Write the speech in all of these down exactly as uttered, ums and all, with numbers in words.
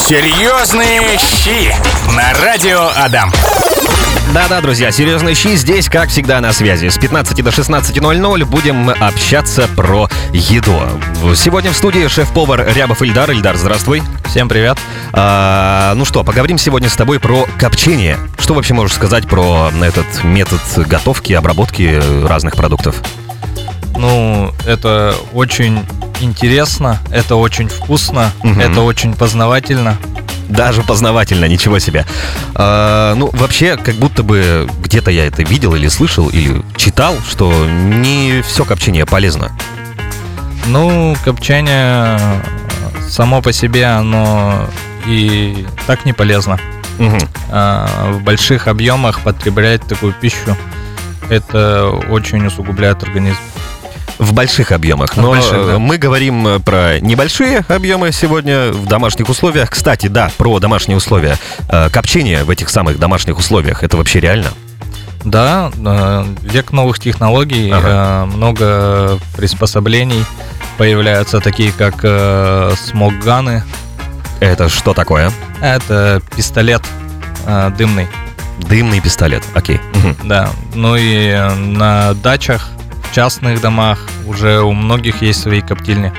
Серьезные щи на радио Адам. Да-да, друзья, серьезные щи здесь, как всегда, на связи. С пятнадцати до шестнадцати ноль-ноль будем общаться про еду. Сегодня в студии шеф-повар Рябов Ильдар. Ильдар, здравствуй. Всем привет. А, ну что, поговорим сегодня с тобой про копчение. Что вообще можешь сказать про этот метод готовки, обработки разных продуктов? Ну, это очень интересно, это очень вкусно, угу. Это очень познавательно. Даже познавательно, ничего себе. А, ну, вообще, как будто бы где-то я это видел или слышал, или читал, что не все копчение полезно. Ну, копчение само по себе, оно и так не полезно. Угу. А, в больших объемах потреблять такую пищу, это очень усугубляет организм. В больших объемах. Но больших, да. Мы говорим про небольшие объемы сегодня в домашних условиях. Кстати, да, про домашние условия. Копчение в этих самых домашних условиях, это вообще реально? Да, век новых технологий, ага. Много приспособлений появляются, такие как смок-ганы. Это что такое? Это пистолет дымный. Дымный пистолет, окей. Угу. Да, ну и на дачах, в частных домах уже у многих есть свои коптильни.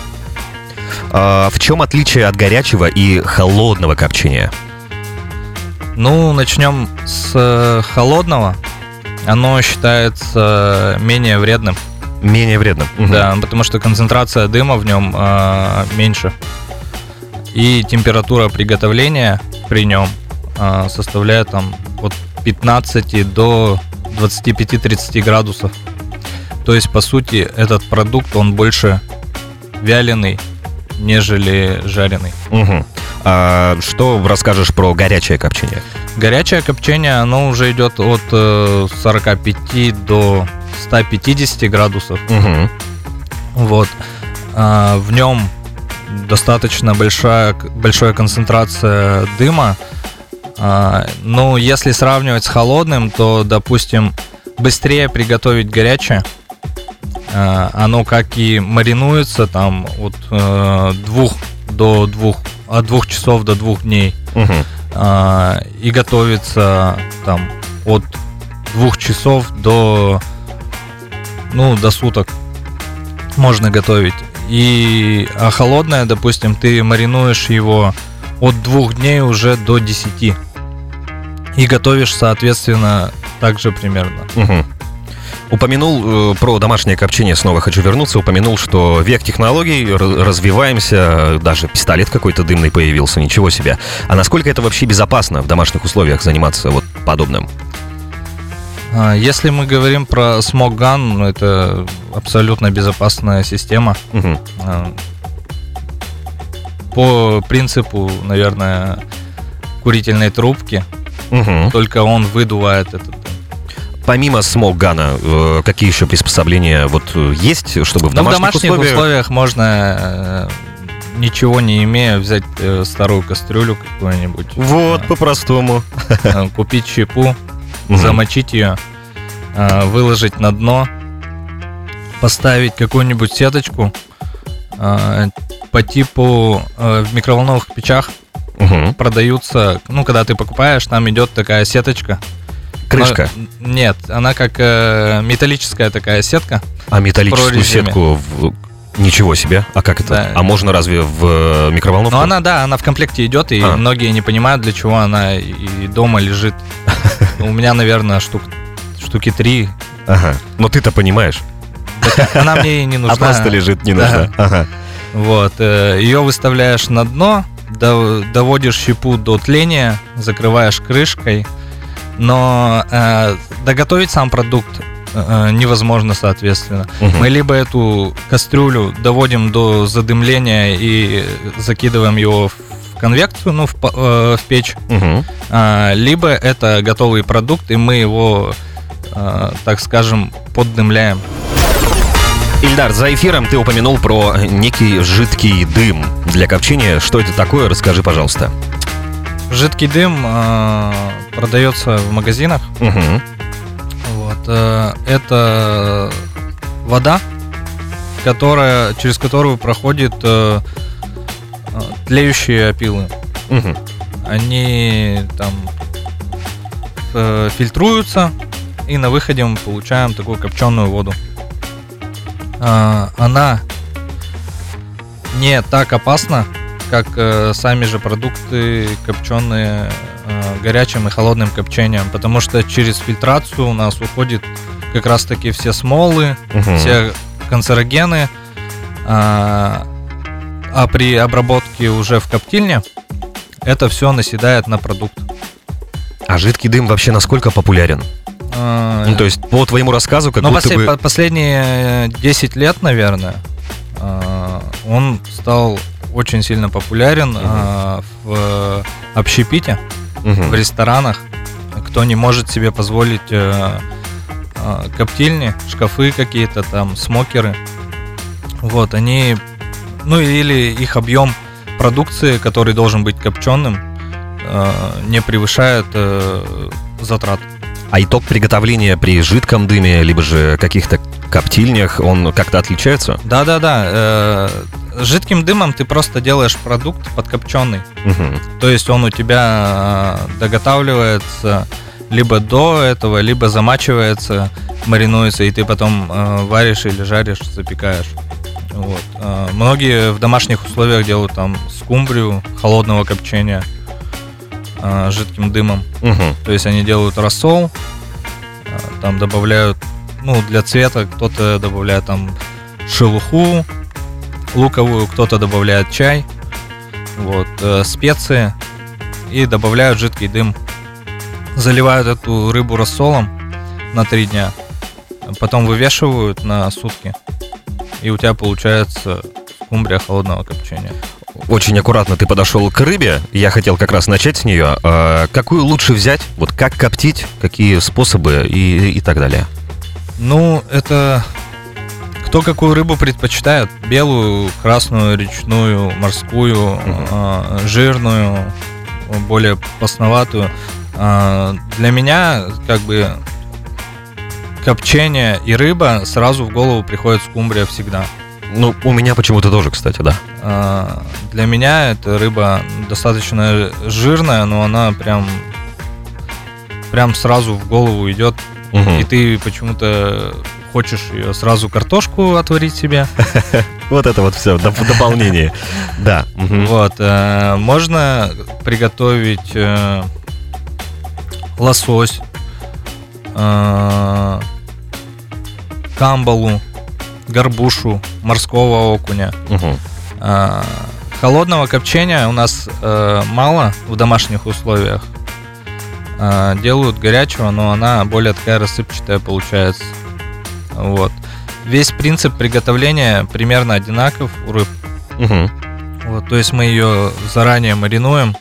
А в чем отличие от горячего и холодного копчения? Ну, начнем с холодного. Оно считается менее вредным. Менее вредным? Угу. Да, потому что концентрация дыма в нем э, меньше. И температура приготовления при нем э, составляет там, от пятнадцати до двадцати пяти тридцати градусов. То есть, по сути, этот продукт, он больше вяленый, нежели жареный. Угу. А что расскажешь про горячее копчение? Горячее копчение, оно уже идет от сорока пяти до ста пятидесяти градусов. Угу. Вот. А, в нем достаточно большая, большая концентрация дыма. А, но если сравнивать с холодным, то, допустим, быстрее приготовить горячее. Оно как и маринуется там от э, двух до двух, от двух часов до двух дней. Угу. э, и готовится там от двух часов до ну до суток можно готовить. И а холодное, допустим, ты маринуешь его от двух дней уже до десяти и готовишь, соответственно, также примерно. Угу. Упомянул э, про домашнее копчение, снова хочу вернуться. Упомянул, что век технологий, р- развиваемся, даже пистолет какой-то дымный появился, ничего себе. А насколько это вообще безопасно в домашних условиях заниматься вот подобным? Если мы говорим про смок-ган, это абсолютно безопасная система. Угу. По принципу, наверное, курительной трубки, угу. Только он выдувает этот дым. Помимо смок-гана, э, какие еще приспособления вот есть, чтобы в ну, домашних, в домашних условиях... условиях можно, э, ничего не имея, взять э, старую кастрюлю какую-нибудь. Вот, э, по-простому. Э, купить щепу, замочить ее, э, выложить на дно, поставить какую-нибудь сеточку э, по типу э, в микроволновых печах. Угу. Продаются, ну, когда ты покупаешь, там идет такая сеточка. Крышка? Она, нет, она как э, металлическая такая сетка. А металлическую сетку в... Ничего себе. А как это? Да. А можно разве в микроволновку? Ну, она, да, она в комплекте идет, и а. многие не понимают, для чего она и дома лежит. У меня, наверное, штук, штуки три. Ага. Но ты-то понимаешь. Она мне и не нужна. А просто лежит, не нужна. Ага. Вот. Ее выставляешь на дно, доводишь щепу до тления, закрываешь крышкой. Но э, доготовить сам продукт э, невозможно, соответственно. Uh-huh. Мы либо эту кастрюлю доводим до задымления и закидываем его в конвекцию, ну, в, э, в печь, uh-huh. э, либо это готовый продукт, и мы его, э, так скажем, поддымляем. Ильдар, за эфиром ты упомянул про некий жидкий дым для копчения. Что это такое? Расскажи, пожалуйста. Жидкий дым э, продается в магазинах. Угу. Вот, э, это вода, которая, через которую проходит э, тлеющие опилы. Мгм. Они там э, фильтруются, и на выходе мы получаем такую копченую воду. А, она не так опасна, как э, сами же продукты, копченые э, горячим и холодным копчением, потому что через фильтрацию у нас уходит как раз таки все смолы, Мгм. все канцерогены, а, а при обработке уже в коптильне это все наседает на продукт. А жидкий дым вообще насколько популярен? А, Ну, то есть, по твоему рассказу, как Но будто после- бы... по- последние десять лет, наверное, а, он стал очень сильно популярен Мгм. а, в общепите, Мгм. в ресторанах. Кто не может себе позволить э, э, коптильни, шкафы какие-то там, смокеры, вот, они, ну или их объем продукции, который должен быть копченым, э, не превышает э, затрат. А итог приготовления при жидком дыме, либо же каких-то коптильнях, он как-то отличается? Да-да-да, э, жидким дымом ты просто делаешь продукт подкопченый. Мгм. То есть он у тебя э, доготавливается либо до этого, либо замачивается, маринуется, и ты потом э, варишь или жаришь, запекаешь. Вот. Э, Многие в домашних условиях делают там скумбрию холодного копчения э, жидким дымом. Мгм. То есть они делают рассол, э, там добавляют, ну, для цвета кто-то добавляет там шелуху луковую, кто-то добавляет чай, вот, э, специи, и добавляют жидкий дым. Заливают эту рыбу рассолом на три дня, потом вывешивают на сутки, и у тебя получается скумбрия холодного копчения. Очень аккуратно ты подошел к рыбе. Я хотел как раз начать с нее. А какую лучше взять? Вот как коптить? Какие способы и, и так далее? Ну, это кто какую рыбу предпочитает. Белую, красную, речную, морскую, Мгм. э, жирную, более постноватую. Э, для меня, как бы, копчение и рыба, сразу в голову приходит скумбрия всегда. Ну, у меня почему-то тоже, кстати, да. Э, для меня эта рыба достаточно жирная, но она прям, прям сразу в голову идет. Мгм. И ты почему-то хочешь ее сразу картошку отварить себе. Вот это вот все, в дополнение. Да. Мгм. Вот. э, Можно приготовить э, лосось, э, камбалу, горбушу, морского окуня. Мгм. Э, Холодного копчения у нас э, мало в домашних условиях. Э, Делают горячего, но она более такая рассыпчатая получается. Вот. Весь принцип приготовления примерно одинаков у рыб. Мгм. Вот, то есть мы ее заранее маринуем.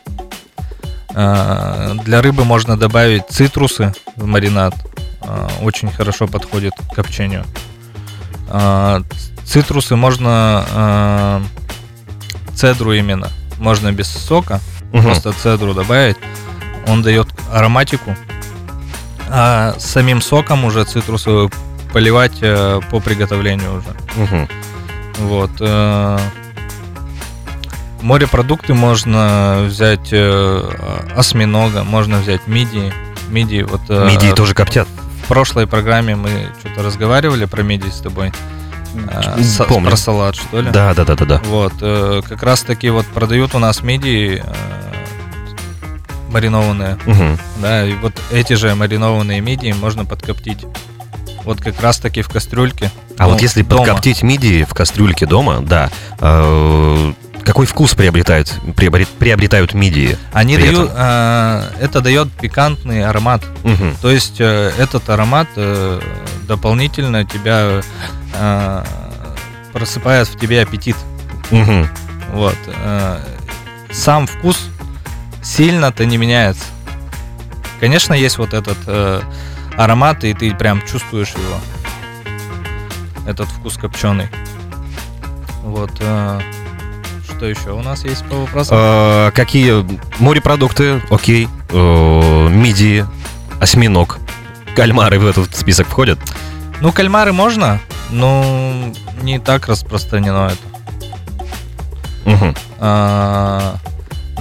Э, Для рыбы можно добавить цитрусы в маринад. Э, Очень хорошо подходит к копчению. Э, Цитрусы можно, э, цедру именно, можно без сока, Мгм. просто цедру добавить. Он дает ароматику. А с самим соком уже цитрусовый поливать э, по приготовлению уже. Мгм. Вот. э, Морепродукты можно взять э, осьминога, можно взять мидии. Мидии, вот, э, Мидии тоже коптят. в прошлой программе мы что-то разговаривали про мидии с тобой. Э, с- Помню. Про салат, что ли? Да, да, да, да, да. Вот. э, Как раз таки вот продают у нас мидии э, маринованные. Мгм. Да, и вот эти же маринованные мидии можно подкоптить. Вот как раз таки в кастрюльке. А Ну, вот если дома. подкоптить мидии в кастрюльке дома, да, э, какой вкус приобретают, приобрет- приобретают мидии? Они при дают, э, это дает пикантный аромат. Мгм. То есть э, этот аромат э, дополнительно тебя э, просыпает в тебе аппетит. Мгм. Вот. э, Сам вкус сильно-то не меняется. Конечно, есть вот этот э, аромат, и ты прям чувствуешь его. Этот вкус копченый. Вот. э, Что еще у нас есть по вопросам? Э, Какие морепродукты? Окей. Э, Мидии, осьминог, кальмары в этот список входят? Ну, кальмары можно, но не так распространено это. Мгм. А,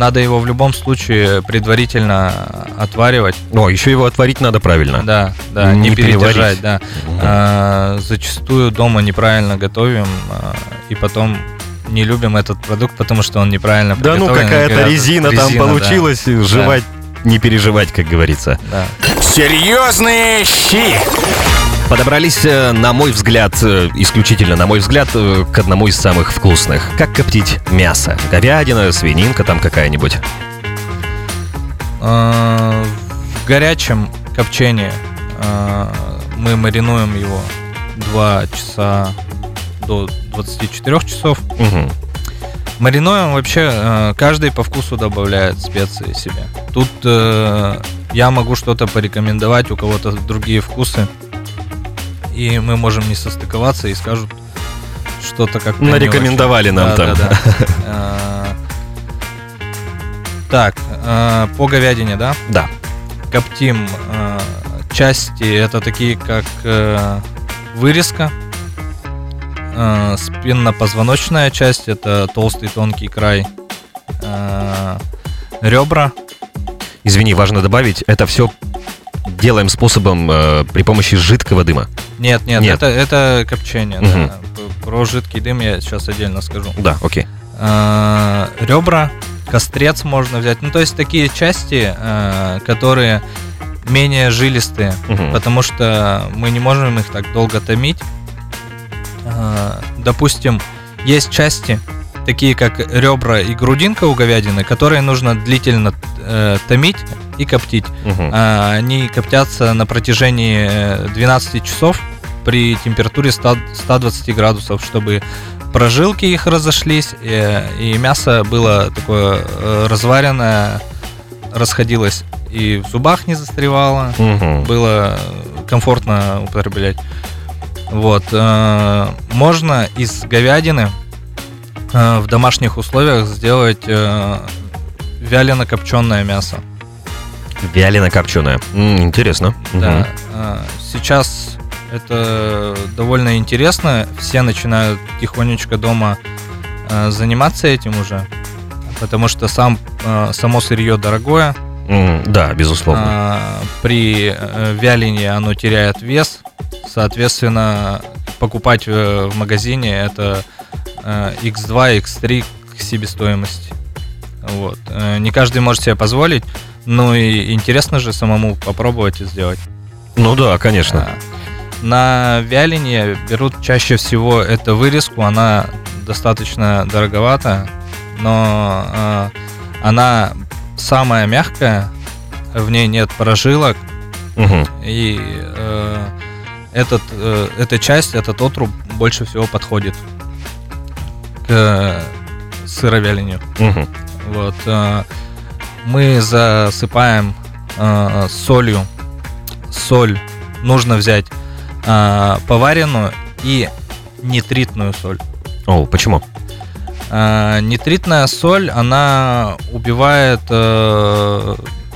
надо его в любом случае предварительно отваривать. О, еще его отварить надо правильно. Да, да, не, Не передержать, переварить. да. Мгм. А, зачастую дома неправильно готовим, а, и потом не любим этот продукт, потому что он неправильно Да ну приготовлен. какая-то Говорят, резина, там резина, да. получилась, жевать, не переживать, как говорится. Да. Серьезные щи. Подобрались, э, на мой взгляд, э, исключительно на мой взгляд, э, к одному из самых вкусных. Как коптить мясо? Говядина, свининка там какая-нибудь. А, В горячем копчении а, мы маринуем его два часа до двадцати четырёх часов. Мгм. Маринуем вообще, э, каждый по вкусу добавляет специи себе. Тут э, я могу что-то порекомендовать, у кого-то другие вкусы. И мы можем не состыковаться и скажут что-то как-то не Нарекомендовали очень. нам Да, там. да, да. Э, Так, э, по говядине, да? Да. Коптим э, части, это такие как э, вырезка, э, спиннопозвоночная часть, это толстый тонкий край, э, ребра. Извини, важно добавить, это все делаем способом э, при помощи жидкого дыма. Нет, нет, Нет. Это, это копчение. Мгм. Да. П- Про жидкий дым я сейчас отдельно скажу. Да, окей. Э, ребра, кострец можно взять. Ну, то есть такие части, э, которые менее жилистые, Мгм. потому что мы не можем их так долго томить. Э, Допустим, есть части, такие как ребра и грудинка у говядины, которые нужно длительно э, томить и коптить. Мгм. А, Они коптятся на протяжении э, двенадцати часов при температуре ста двадцати градусов, чтобы прожилки их разошлись, и, и мясо было такое э, разваренное, расходилось и в зубах не застревало, Мгм. было комфортно употреблять. Вот. э, Можно из говядины э, в домашних условиях сделать э, вялено-копченое мясо. Вялено-копченое. М, интересно. Да. Мгм. э, Сейчас это довольно интересно. Все начинают тихонечко дома э, заниматься этим уже, потому что сам, э, само сырье дорогое. М, Да, безусловно. А, При э, вялении оно теряет вес. Соответственно, покупать э, в магазине это э, икс два, икс три к себестоимости. Вот. Э, Не каждый может себе позволить, но и интересно же самому попробовать и сделать. Ну да, конечно. А, На вяленье берут чаще всего эту вырезку, она достаточно дороговата, но э, она самая мягкая, в ней нет прожилок, Мгм. и э, этот, э, эта часть, этот отруб больше всего подходит к сыровялению. Мгм. Вот, э, мы засыпаем э, солью. Соль нужно взять э, поваренную и нитритную соль. О, почему? Э, Нитритная соль, она убивает... э,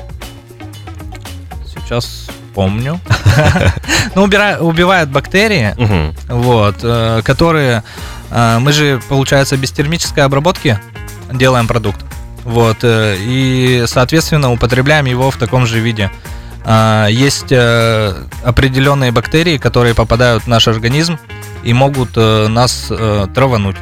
Сейчас помню. Ну, убира- убивает бактерии, Мгм. вот, э, которые... э, Мы же, получается, без термической обработки делаем продукт. Вот, э, и, соответственно, употребляем его в таком же виде. А, Есть э, определенные бактерии, которые попадают в наш организм и могут э, нас э, травануть.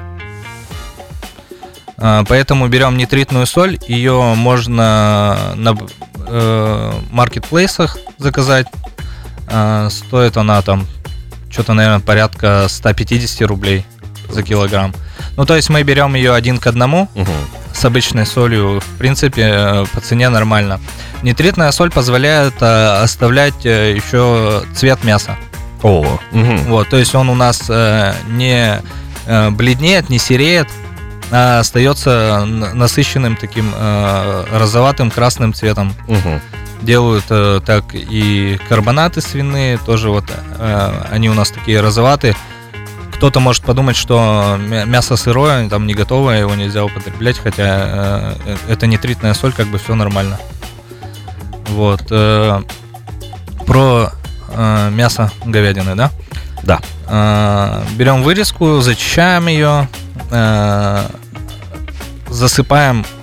А, Поэтому берем нитритную соль, ее можно на э, маркетплейсах заказать. А, Стоит она там что-то, наверное, порядка сто пятьдесят рублей за килограмм. Ну, то есть мы берем ее один к одному Мгм. с обычной солью, в принципе, э, по цене нормально. Нитритная соль позволяет э, оставлять э, еще цвет мяса. О, мгм. Вот, то есть он у нас э, не э, бледнеет, не сереет, а остается н- насыщенным таким э, розоватым красным цветом. Мгм. Делают э, так и карбонаты свиные, тоже вот э, они у нас такие розоватые. Кто-то может подумать, что мя- мясо сырое, там не готовое, его нельзя употреблять, хотя э, это нитритная соль, как бы все нормально. Вот. э, Про э, мясо говядины, да? Да. Э, Берем вырезку, зачищаем ее, э, засыпаем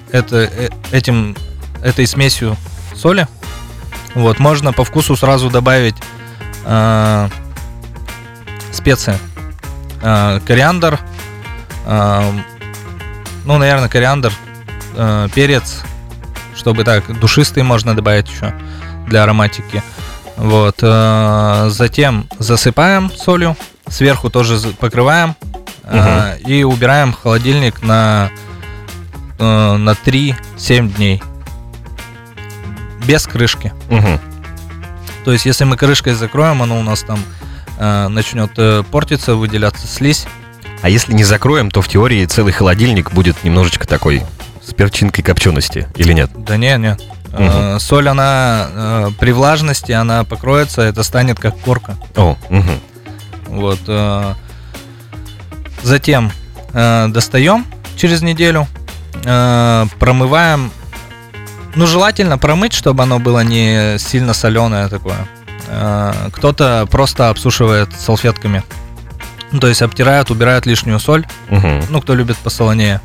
это, э, этим, этой смесью соли. Вот, можно по вкусу сразу добавить э, специи. Э, кориандр, э, ну, наверное, кориандр, э, перец, чтобы так, душистый можно добавить еще для ароматики. Вот, э, затем засыпаем солью, сверху тоже покрываем э, угу. и убираем в холодильник на, э, на три-семь дней. Без крышки. Угу. То есть, если мы крышкой закроем, оно у нас там э, начнет э, портиться, выделяться слизь. А если не закроем, то в теории целый холодильник будет немножечко такой с перчинкой копчености, или нет? Да нет, нет. Угу. Э, соль, она э, при влажности, она покроется, это станет как корка. О, угу. Вот. Э, затем э, достаем через неделю, э, промываем. Ну, желательно промыть, чтобы оно было не сильно соленое такое. Кто-то просто обсушивает салфетками. Ну, то есть обтирают, убирают лишнюю соль. Угу. Ну, кто любит посолонее.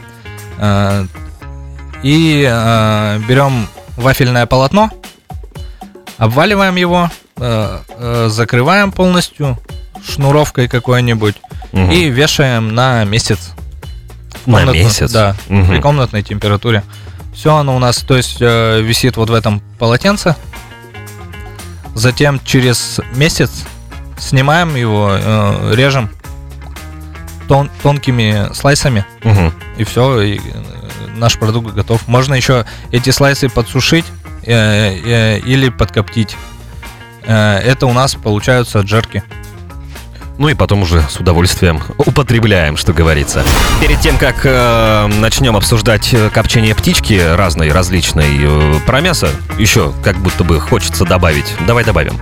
И берем вафельное полотно, обваливаем его, закрываем полностью шнуровкой какой-нибудь угу. и вешаем на месяц. На месяц? Да, угу. при комнатной температуре. Все оно у нас, то есть, э, висит вот в этом полотенце. Затем через месяц снимаем его, э, режем тон- тонкими слайсами. Угу. И все, и, э, наш продукт готов. Можно еще эти слайсы подсушить э, э, или подкоптить. Э, это у нас получаются джерки. Ну и потом уже с удовольствием употребляем, что говорится. Перед тем, как э, начнем обсуждать копчение птички разной, различной, э, про мясо еще как будто бы хочется добавить. Давай добавим.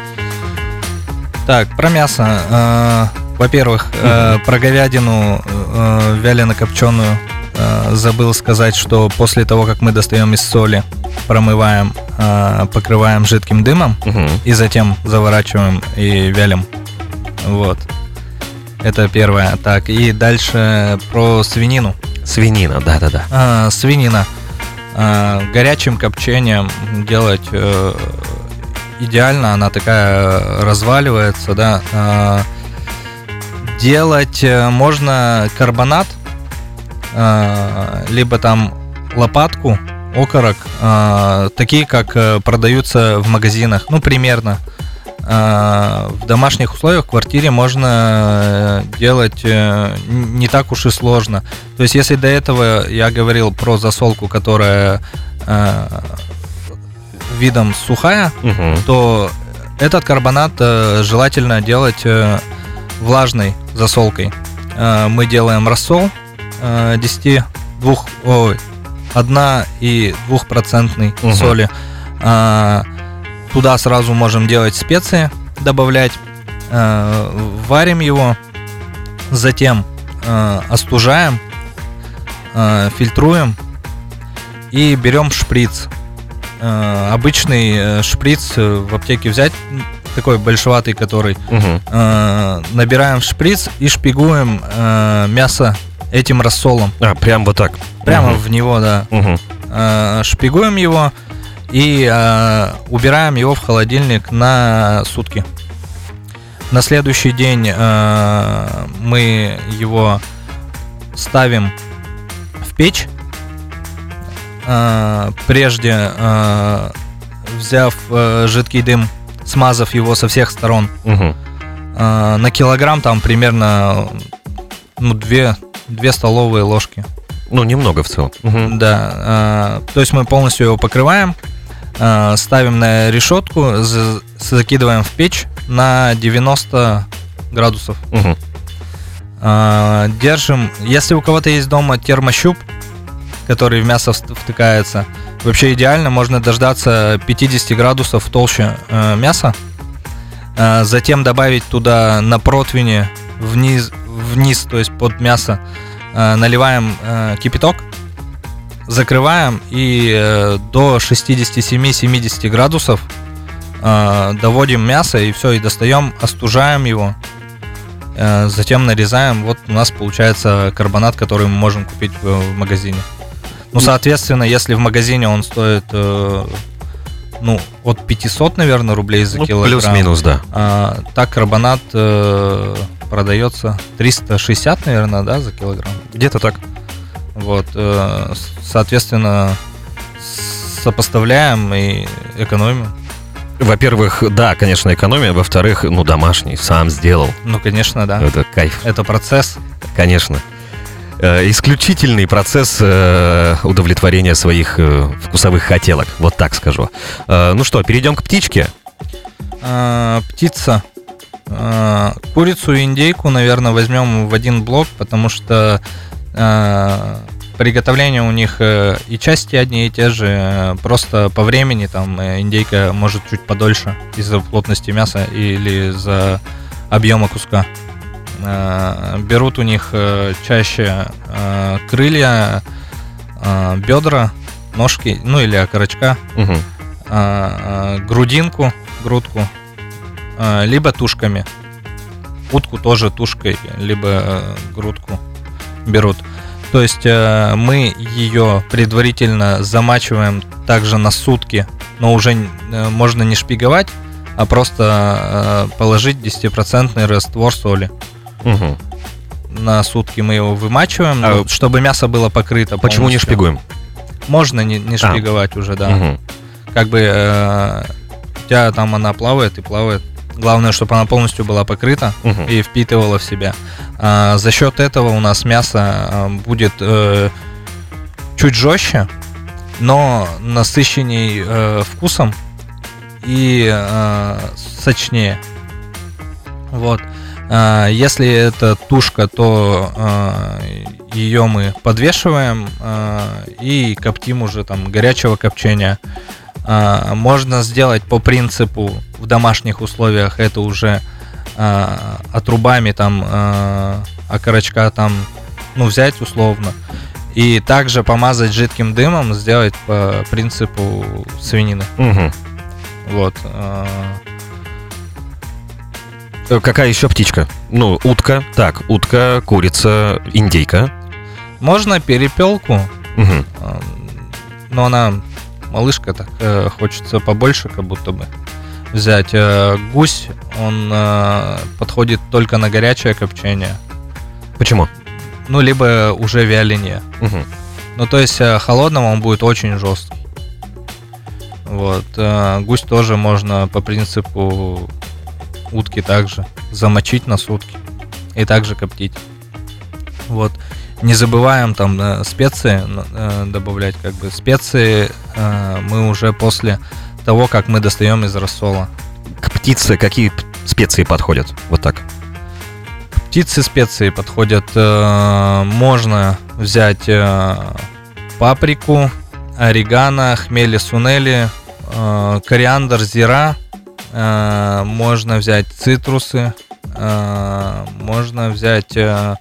Так, про мясо. Э, во-первых, э, про говядину э, вялено-копченую э, забыл сказать, что после того, как мы достаем из соли, промываем, э, покрываем жидким дымом Угу. и затем заворачиваем и вялим. Вот. Это первое. Так, и дальше про свинину. Свинина, да-да-да. А, свинина. А, горячим копчением делать э, идеально. Она такая разваливается, да. А, делать можно карбонат, а, либо там лопатку, окорок, а, такие, как продаются в магазинах. Ну, примерно. В домашних условиях в квартире можно делать не так уж и сложно. То есть, если до этого я говорил про засолку, которая видом сухая, угу. то этот карбонат желательно делать влажной засолкой. Мы делаем рассол десять, два, ой, одна и двухпроцентной угу. соли. Туда сразу можем делать специи, добавлять, э, варим его, затем э, остужаем, э, фильтруем и берем шприц. Э, обычный шприц в аптеке взять, такой большеватый, который, угу. э, набираем в шприц и шпигуем э, мясо этим рассолом. А, прям вот так? Прямо угу. в него, да. Угу. Э, шпигуем его. И э, убираем его в холодильник на сутки. На следующий день э, мы его ставим в печь. Э, прежде э, взяв э, жидкий дым, смазав его со всех сторон. Угу. Э, на килограмм там примерно ну, две, две столовые ложки. Ну, немного в целом. Угу. Да. Э, то есть мы полностью его покрываем. Ставим на решетку, закидываем в печь на девяносто градусов. Угу. Держим. Если у кого-то есть дома термощуп, который в мясо втыкается, вообще идеально, можно дождаться пятьдесят градусов толще мяса. Затем добавить туда на противне вниз, вниз, то есть под мясо, наливаем кипяток. Закрываем и э, до шестьдесят семь - семьдесят градусов э, доводим мясо и все, и достаем, остужаем его, э, затем нарезаем. Вот у нас получается карбонат, который мы можем купить в, в магазине. Ну, соответственно, если в магазине он стоит, э, ну, от пятьсот, наверное, рублей за Ну, килограмм. плюс-минус, да. А, так карбонат э, продается триста шестьдесят, наверное, да, за килограмм. Где-то так. Вот, э, с- соответственно, сопоставляем и экономим. Во-первых, да, конечно, экономия. Во-вторых, ну, домашний, сам сделал. Ну, конечно, да. Это кайф, Это процесс. конечно. Э, Исключительный процесс э, удовлетворения своих э, вкусовых хотелок. Вот так скажу. Э, Ну что, перейдем к птичке. А, птица. А, курицу и индейку, наверное, возьмем в один блок, потому что а, приготовление у них э, и части одни и те же, э, просто по времени там э, индейка может чуть подольше из-за плотности мяса или из-за объема куска. А, берут у них э, чаще э, крылья, э, бедра, ножки, ну или окорочка, Мгм. а, а, грудинку, грудку, а, либо тушками. Утку тоже тушкой, либо э, грудку берут. То есть э, мы ее предварительно замачиваем также на сутки, но уже э, можно не шпиговать, а просто э, положить десятипроцентный раствор соли. Мгм. На сутки мы его вымачиваем, А ну, чтобы мясо было покрыто. Почему не полностью. шпигуем? Можно не, не шпиговать уже, да. Мгм. Как бы э, у тебя там она плавает и плавает. Главное, чтобы она полностью была покрыта Мгм. и впитывала в себя. А, за счет этого у нас мясо э, будет э, чуть жестче, но насыщенней э, вкусом и э, сочнее. Вот. А, если это тушка, то э, ее мы подвешиваем э, и коптим уже там горячего копчения. А, можно сделать по принципу в домашних условиях это уже а, отрубами там а, окорочка там, ну, взять условно и также помазать жидким дымом, сделать по принципу свинины. Мгм. Вот. а. Э, Какая еще птичка? Ну, утка. Так, утка, курица, индейка. Можно перепелку, Мгм. а, но она малышка, так э, хочется побольше, как будто бы взять. Э, гусь, он э, подходит только на горячее копчение. Почему? Ну, либо уже вяленее. Мгм. Ну, то есть э, холодным он будет очень жесткий. Вот. э, Гусь тоже можно по принципу утки также замочить на сутки и также коптить. Вот. Не забываем там э, специи э, добавлять, как бы специи э, мы уже после того, как мы достаем из рассола. К птице какие п- специи подходят? Вот так. Птицы специи подходят. э, Можно взять э, паприку, орегано, хмели сунели, э, кориандр, зира. э, Можно взять цитрусы. э, Можно взять... э,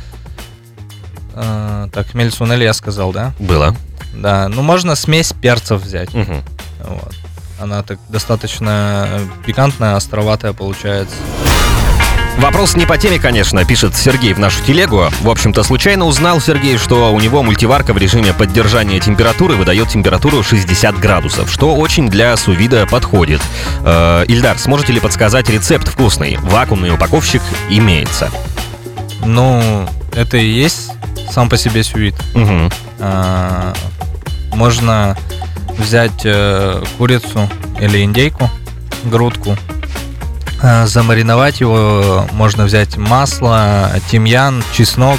э, Так, хмель сунели я сказал, да? Было. Да, ну можно смесь перцев взять. Мгм. Вот. Она так достаточно пикантная, островатая получается. Вопрос не по теме, конечно, пишет Сергей в нашу телегу. В общем-то, случайно узнал Сергей, что у него мультиварка в режиме поддержания температуры выдает температуру шестьдесят градусов, что очень для сувида подходит. Э, Ильдар, сможете ли подсказать рецепт вкусный? Вакуумный упаковщик имеется. Ну, это и есть сам по себе сюит. Мгм. А, Можно взять э, курицу или индейку, грудку, э, замариновать его. Можно взять масло, тимьян, чеснок,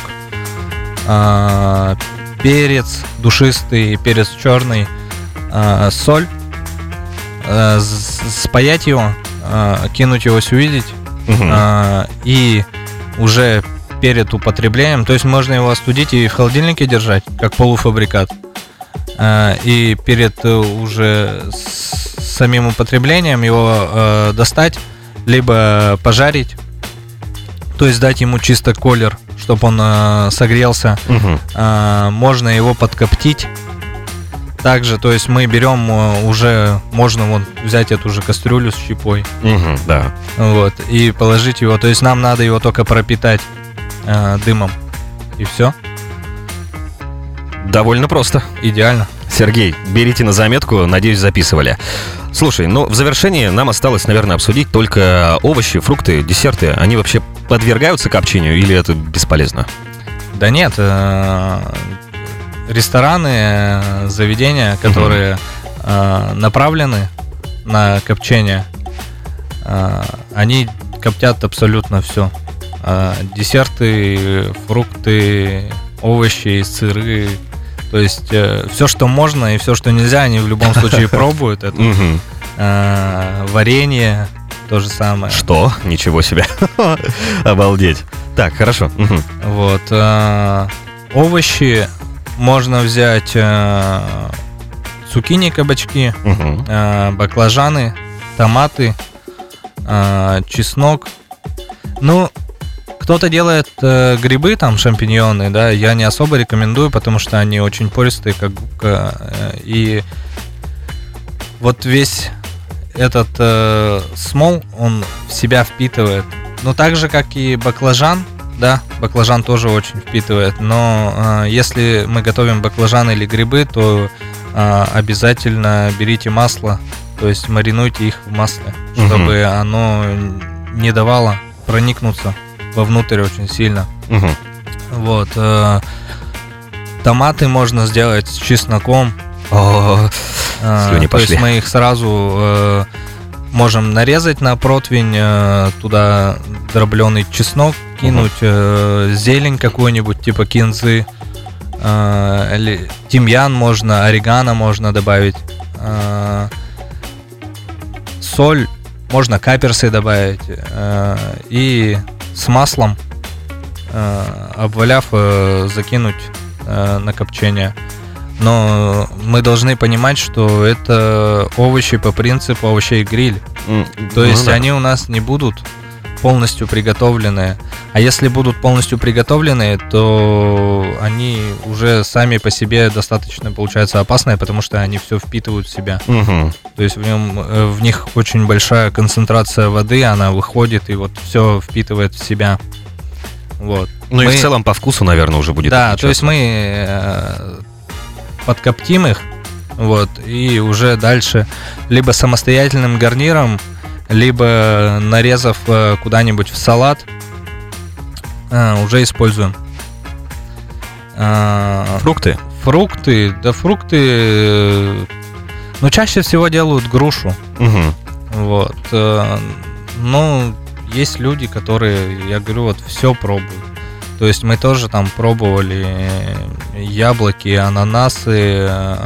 э, перец душистый, перец черный, э, соль, э, с- спаять его, э, кинуть его сюидить. Мгм. А, и уже перед употреблением, то есть можно его остудить и в холодильнике держать, как полуфабрикат. А, и перед э, уже с самим употреблением его э, достать, либо пожарить, то есть дать ему чисто колер, чтобы он э, согрелся. Мгм. А, можно его подкоптить. Также, то есть мы берем э, уже, можно вот взять эту же кастрюлю с щепой, Мгм, да. вот, и положить его. То есть нам надо его только пропитать э, дымом. И все. Довольно просто. Идеально. Сергей, берите на заметку, надеюсь, записывали. Слушай, ну в завершении нам осталось, наверное, обсудить только овощи, фрукты, десерты. Они вообще подвергаются копчению или это бесполезно? Да нет, э, рестораны, э, заведения, которые э, направлены на копчение, э, они коптят абсолютно все. Э, десерты, фрукты, овощи, сыры. То есть э, все, что можно и все, что нельзя, они в любом случае пробуют. Это Мгм. э, варенье, то же самое. Что? Ничего себе. Обалдеть. Так, хорошо. Мгм. Вот. э, овощи можно взять э, цукини, кабачки, Мгм. э, баклажаны, томаты, э, чеснок. Ну, кто-то делает э, грибы, там, шампиньоны, да, я не особо рекомендую, потому что они очень пористые, как губка. э, И вот весь этот э, смол, он в себя впитывает. Ну, так же, как и баклажан, да, баклажан тоже очень впитывает. Но э, если мы готовим баклажан или грибы, то э, обязательно берите масло, то есть маринуйте их в масле, Мгм. чтобы оно не давало проникнуться вовнутрь очень сильно. Мгм. Вот. э, Томаты можно сделать с чесноком. О, э, слюни То есть пошли. мы их сразу э, можем нарезать на противень, э, туда дробленый чеснок кинуть, э, зелень какую-нибудь типа кинзы, э, или тимьян можно, орегано можно добавить, э, соль, можно каперсы добавить, э, и с маслом, э, обваляв, э, закинуть э, на копчение. Но мы должны понимать, что это овощи по принципу овощей гриль. М, То ну есть да. они у нас не будут полностью приготовленные. А если будут полностью приготовленные, то они уже сами по себе достаточно, получается, опасные, потому что они все впитывают в себя. Мгм. То есть в, нем, э, в них очень большая концентрация воды, она выходит и вот все впитывает в себя. Вот. Ну и Мы- в целом по вкусу, наверное, уже будет Да, отличаться. то есть мы э, подкоптим их, вот, и уже дальше либо самостоятельным гарниром, либо нарезав э, куда-нибудь в салат, э, уже используем. Э, Фрукты? Фрукты, да фрукты, э, ну чаще всего делают грушу, Мгм. вот. э, Ну, есть люди, которые, я говорю, вот все пробуют. То есть мы тоже там пробовали яблоки, ананасы, э,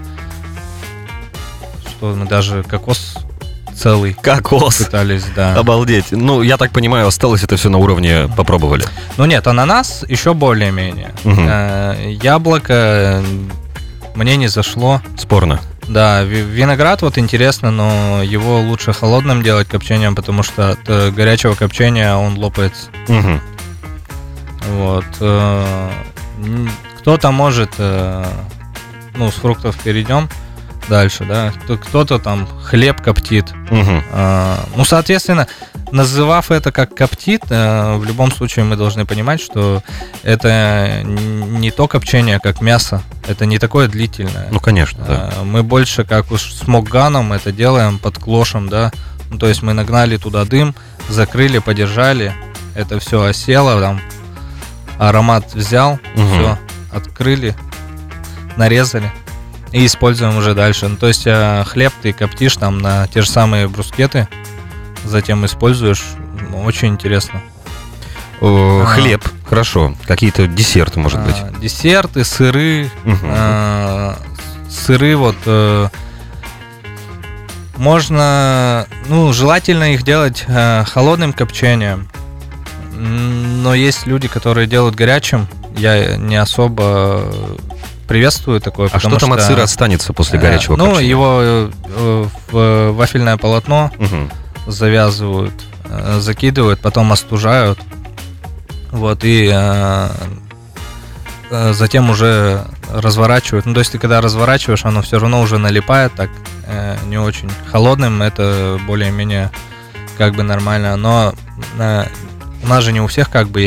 что мы даже кокос целый Кокос. пытались, да. Обалдеть. Ну, я так понимаю, осталось это все на уровне попробовали. Ну нет, ананас еще более-менее. Мгм. Э, Яблоко мне не зашло. Спорно. Да, ви- виноград вот интересно, но его лучше холодным делать копчением, потому что от э, горячего копчения он лопается. Мгм. Вот. э, м, Кто-то может, э, ну, с фруктов перейдем дальше, да. Кто- Кто-то там хлеб коптит. Мгм. Э, Ну, соответственно, называв это как коптит, э, в любом случае мы должны понимать, что это н- не то копчение, как мясо. Это не такое длительное. Ну, конечно, да. Э, Мы больше как уж с мокганом это делаем под клошем, да. Ну, то есть мы нагнали туда дым, закрыли, подержали, это все осело, там аромат взял, Мгм. все, открыли, нарезали и используем уже дальше. Ну, то есть э, хлеб ты коптишь там на те же самые брускеты, затем используешь. Ну, очень интересно. О, Ага. Хлеб, хорошо. Какие-то десерты, может быть. А, Десерты, сыры, Мгм. А, сыры вот э, можно, ну, желательно их делать э, холодным копчением. М, Но есть люди, которые делают горячим. Я не особо приветствую такое, А потому что там от что, сыра останется после э, горячего Ну, копчения? его э, э, в вафельное полотно Мгм. завязывают, э, закидывают, потом остужают. Вот, и э, э, затем уже разворачивают. Ну, то есть ты когда разворачиваешь, оно все равно уже налипает, так э, не очень. Холодным это более-менее как бы нормально. Но э, у нас же не у всех как бы есть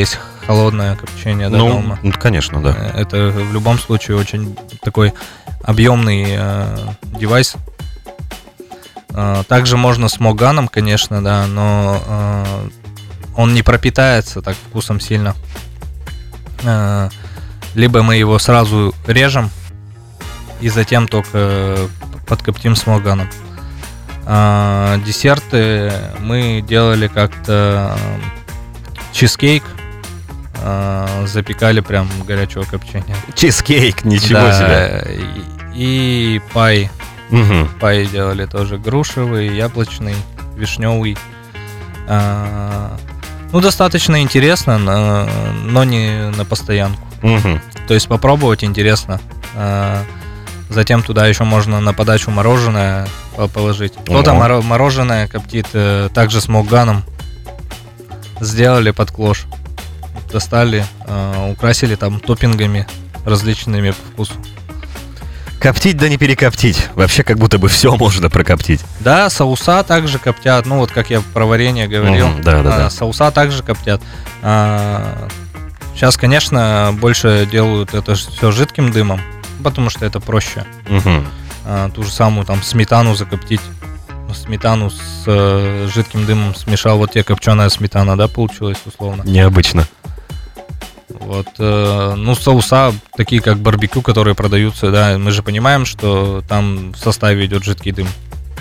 холодное копчение, да, Ну, дома. ну, конечно, да. Э, Это в любом случае очень такой объемный э, девайс. Э, Также можно с моганом, конечно, да, но э, он не пропитается так вкусом сильно. Э, Либо мы его сразу режем и затем только подкоптим с моганом. А, десерты мы делали как-то чизкейк, а, запекали прям горячего копчения. Чизкейк, ничего Да, себе. И, и пай. Мгм. Пай делали тоже грушевый, яблочный, вишневый. А, ну, достаточно интересно, но, но не на постоянку. Мгм. То есть попробовать интересно. А, Затем туда еще можно на подачу мороженое по- положить. Кто-то Ого. моро- мороженое коптит э, также с моганом. Сделали под клош. Достали, э, украсили там топпингами различными по вкусу. Коптить да не перекоптить. Вообще как будто бы все можно прокоптить. Да, соуса также коптят. Ну вот как я про варенье говорил. Мгм, да, да, а, да. Соуса также коптят. А, Сейчас, конечно, больше делают это все жидким дымом, потому что это проще. Мгм. А, ту же самую там сметану закоптить. Сметану с э, жидким дымом смешал. Вот тебе копченая сметана, да, получилась условно. Необычно. Вот, э, ну, соуса, такие как барбекю, которые продаются, да, мы же понимаем, что там в составе идет жидкий дым.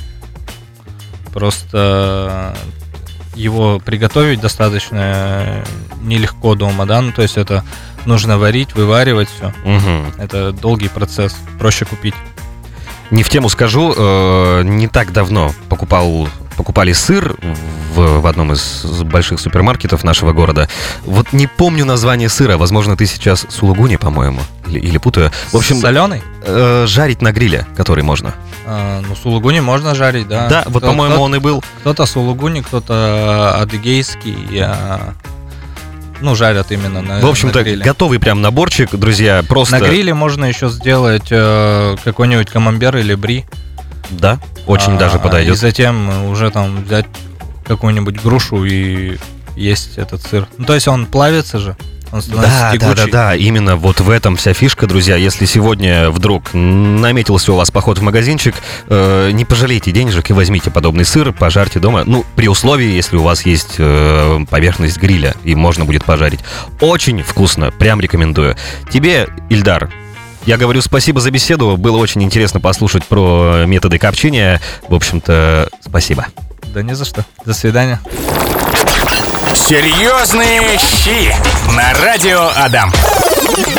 Просто его приготовить достаточно нелегко дома, да, ну, то есть это нужно варить, вываривать все. Мгм. Это долгий процесс, проще купить. Не в тему скажу, э, не так давно покупал, покупали сыр в, в одном из больших супермаркетов нашего города. Вот не помню название сыра, возможно, ты сейчас сулугуни, по-моему, или, или путаю. В общем, соленый? э, жарить на гриле, который можно. А, ну, сулугуни можно жарить, да. Да, вот, Кто- по-моему, кто- он и был. Кто-то сулугуни, кто-то адыгейский, а, ну, жарят именно на, В общем-то, на гриле. готовый прям наборчик, друзья, просто... На гриле можно еще сделать э, какой-нибудь камамбер или бри. Да, очень А, даже И подойдет. затем уже там взять какую-нибудь грушу и есть этот сыр. Ну, то есть он плавится же, он становится Да, да, тягучий. да, да, именно вот в этом вся фишка, друзья. Если сегодня вдруг наметился у вас поход в магазинчик, э, не пожалейте денежек и возьмите подобный сыр, пожарьте дома. Ну, при условии, если у вас есть э, поверхность гриля и можно будет пожарить. Очень вкусно, прям рекомендую. Тебе, Ильдар, я говорю спасибо за беседу. Было очень интересно послушать про методы копчения. В общем-то, спасибо. Да не за что. До свидания. Серьезные щи на радио Адам.